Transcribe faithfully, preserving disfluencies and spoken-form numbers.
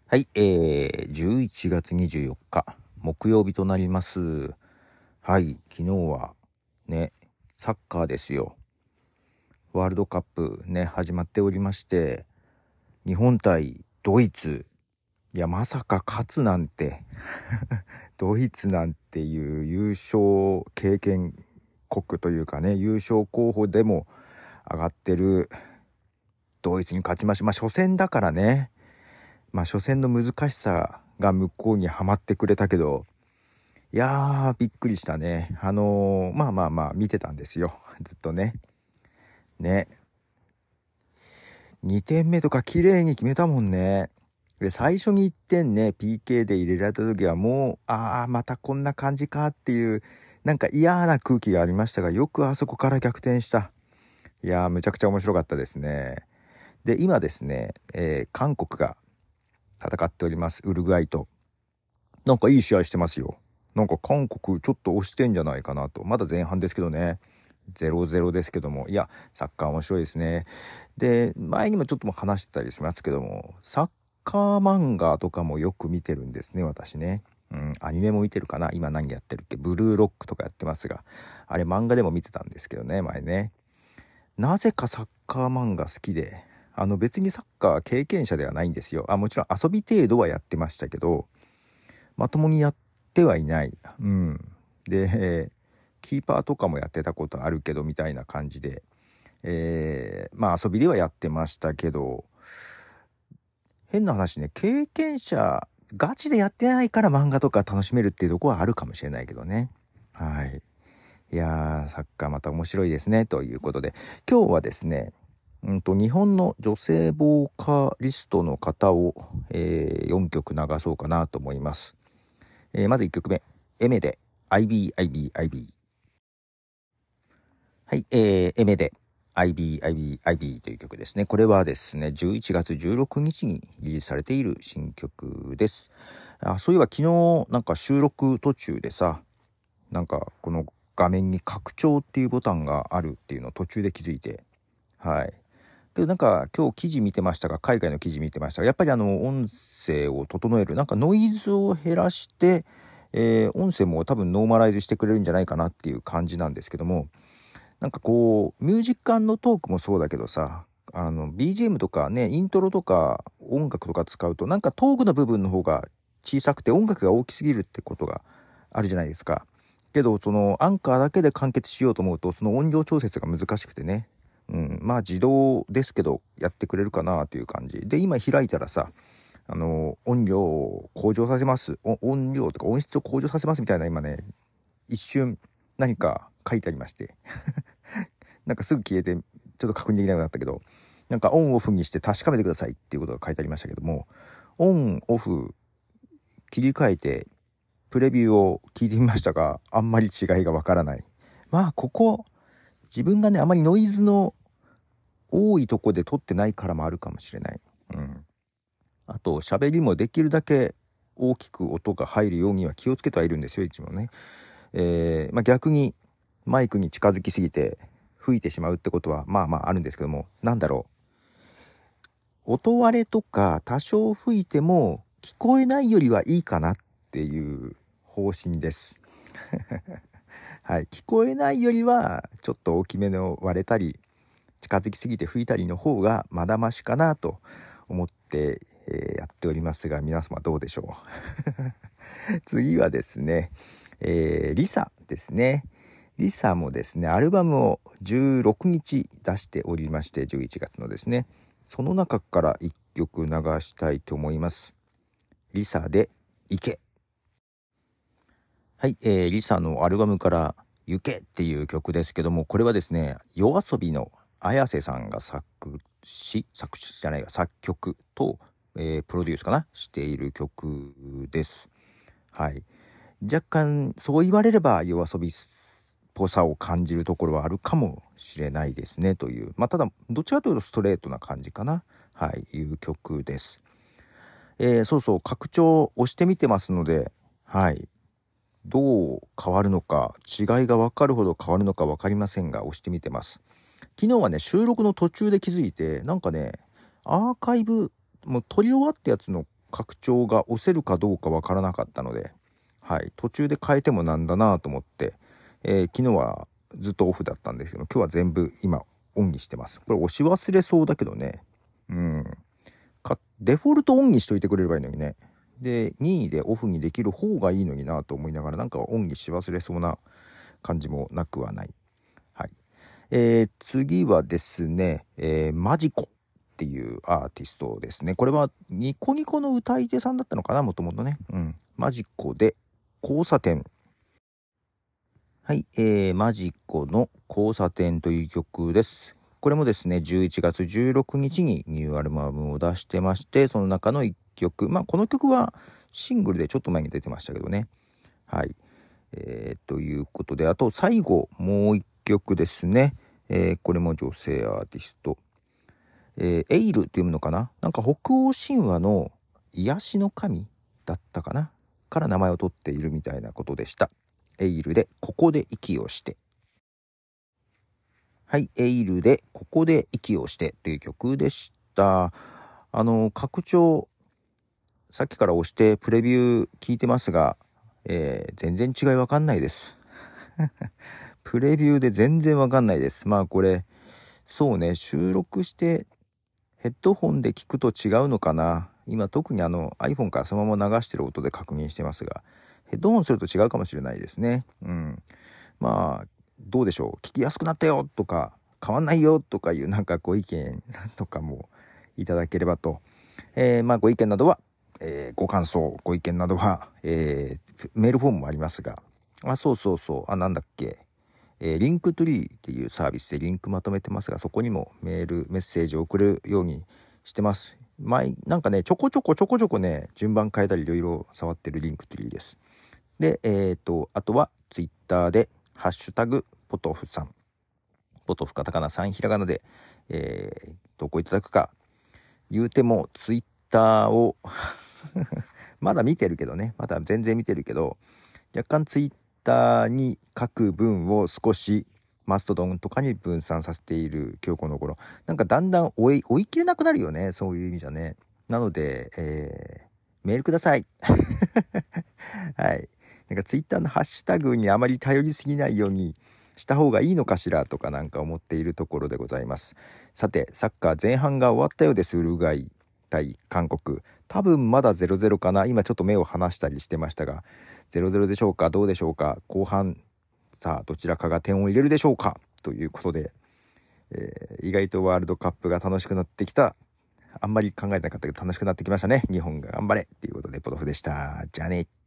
はい、えー、じゅういちがつにじゅうよっか木曜日となります。はい、昨日はね、サッカーですよ。ワールドカップね、始まっておりまして、日本対ドイツ。いや、まさか勝つなんて、ドイツなんていう優勝経験国というかね、優勝候補でも上がってるドイツに勝ちました。まあ、初戦だからね。まあ初戦の難しさが向こうにはまってくれたけど、いやーびっくりしたね。あのー、まあまあまあ見てたんですよ、ずっとね。ね、にてんめとか綺麗に決めたもんね。で最初にいってんね ピーケー で入れられた時はもうああまたこんな感じかっていうなんか嫌な空気がありましたが、よくあそこから逆転した。いやーむちゃくちゃ面白かったですね。で今ですね、えー、韓国が戦っております、ウルグアイと。なんかいい試合してますよ。なんか韓国ちょっと押してんじゃないかなと。まだ前半ですけどね。ゼロゼロですけども。いや、サッカー面白いですね。で、前にもちょっとも話してたりしますけども、サッカー漫画とかもよく見てるんですね、私ね。うん、アニメも見てるかな。今何やってるっけ？ブルーロックとかやってますが。あれ漫画でも見てたんですけどね、前ね。なぜかサッカー漫画好きで、あの別にサッカー経験者ではないんですよ。あ、もちろん遊び程度はやってましたけど、まともにやってはいない。うん。で、えーキーパーとかもやってたことあるけどみたいな感じで、えーまあ遊びではやってましたけど、変な話ね、経験者、ガチでやってないから漫画とか楽しめるっていうところはあるかもしれないけどね。はい。いやー、サッカーまた面白いですね。ということで、今日はですね、うんと日本の女性ボーカリストの方を、えーよんきょく流そうかなと思います。えーまずいっきょくめ、エメで アイビーアイビーアイビー。 はい、えー、エメで アイビーアイビーアイビー という曲ですね。これはですね、じゅういちがつじゅうろくにちにリリースされている新曲です。あ、そういえば昨日なんか収録途中でさ、なんかこの画面に拡張っていうボタンがあるっていうのを途中で気づいて、はい。けどなんか今日記事見てましたが、海外の記事見てましたが、やっぱりあの音声を整える、なんかノイズを減らして、えー音声も多分ノーマライズしてくれるんじゃないかなっていう感じなんですけども、なんかこうミュージック&トークもそうだけどさ、あの ビージーエム とかね、イントロとか音楽とか使うと、なんかトークの部分の方が小さくて音楽が大きすぎるってことがあるじゃないですか。けどそのアンカーだけで完結しようと思うと、その音量調節が難しくてね、うん、まあ自動ですけどやってくれるかなという感じで、今開いたらさ、あの音量を向上させます、お音量とか音質を向上させますみたいな、今ね一瞬何か書いてありましてなんかすぐ消えてちょっと確認できなくなったけど、なんかオンオフにして確かめてくださいっていうことが書いてありましたけども、オンオフ切り替えてプレビューを聞いてみましたが、あんまり違いがわからない。まあここ自分がねあまりノイズの多いとこで撮ってないからもあるかもしれない。うん。あと喋りもできるだけ大きく音が入るようには気をつけてはいるんですよ、いつもね。えー、まあ逆にマイクに近づきすぎて吹いてしまうってことはまあまああるんですけども、なんだろう、音割れとか多少吹いても聞こえないよりはいいかなっていう方針ですはい、聞こえないよりはちょっと大きめの割れたり近づきすぎて吹いたりの方がまだましかなと思って、えーやっておりますが、皆様どうでしょう次はですね、えー、リサですね。リサもですね、アルバムをじゅうろくにち出しておりまして、じゅういちがつのですね、その中からいっきょく流したいと思います。リサで行け。はい、えー、リサのアルバムから行けっていう曲ですけども、これはですね、夜遊びの綾瀬さんが作詞、作詞じゃないが作曲と、えープロデュースかなしている曲です。はい。若干そう言われれば夜遊びっぽさを感じるところはあるかもしれないですねという、まあただどちらかというとストレートな感じかな、はいいう曲です。えー、そうそう、拡張押してみてますので、はい、どう変わるのか、違いが分かるほど変わるのか分かりませんが押してみてます。昨日はね収録の途中で気づいて、なんかねアーカイブもう撮り終わったやつの拡張が押せるかどうかわからなかったので、はい、途中で変えてもなんだなと思って、えー、昨日はずっとオフだったんですけど、今日は全部今オンにしてます。これ押し忘れそうだけどね。うん。かデフォルトオンにしといてくれればいいのにね。で、任意でオフにできる方がいいのになと思いながら、なんかオンにし忘れそうな感じもなくはない。はい。えー、次はですね、えー、マジコっていうアーティストですね。これはニコニコの歌い手さんだったのかな、もともとね。うん。マジコで交差点。はい、えー、マジコの交差点という曲です。これもですね、じゅういちがつじゅうろくにちにニューアルバムを出してまして、その中のいっきょく、まあこの曲はシングルでちょっと前に出てましたけどね。はい。えー、ということで、あと最後もういっきょくですね。えー、これも女性アーティスト。えー、エイルっていうのかな、なんか北欧神話の癒しの神だったかなから名前を取っているみたいなことでした。エイルでここで息をして。はい、エイルでここで息をしてという曲でした。あの拡張さっきから押してプレビュー聞いてますが、えー、全然違いわかんないですプレビューで全然わかんないです。まあこれそうね、収録してヘッドホンで聞くと違うのかな。今特にあの iPhone からそのまま流してる音で確認してますが、ヘッドホンすると違うかもしれないですね。うん。まあどうでしょう。聞きやすくなったよとか変わんないよとかいうなんかご意見とかもいただければと。えー、まあご意見などは、えー、ご感想ご意見などは、えー、メールフォームもありますが、あそうそうそうあなんだっけ。えー、リンクトゥリーっていうサービスでリンクまとめてますが、そこにもメールメッセージを送るようにしてます。前なんかねちょこちょこちょこちょこね順番変えたりいろいろ触ってるリンクトゥリーです。でえっ、ー、とあとはツイッターでハッシュタグポトフさん、ポトフカタカナさんひらがなで、えー、投稿いただくか、言うてもツイッターをまだ見てるけどね、まだ全然見てるけど、若干ツイッターに書く分を少しマストドンとかに分散させている今日この頃、なんかだんだん追い追い切れなくなるよね、そういう意味じゃね。なので、えー、メールくださいはい。なんかツイッターのハッシュタグにあまり頼りすぎないようにした方がいいのかしらとかなんか思っているところでございます。さてサッカー前半が終わったようです。ウルグアイ対韓国、多分まだ ゼロゼロ かな。今ちょっと目を離したりしてましたが、ゼロゼロでしょうか、どうでしょうか。後半さあどちらかが点を入れるでしょうかということで、えー、意外とワールドカップが楽しくなってきた。あんまり考えなかったけど楽しくなってきましたね。日本が頑張れっていうことでポトフでした。じゃあね。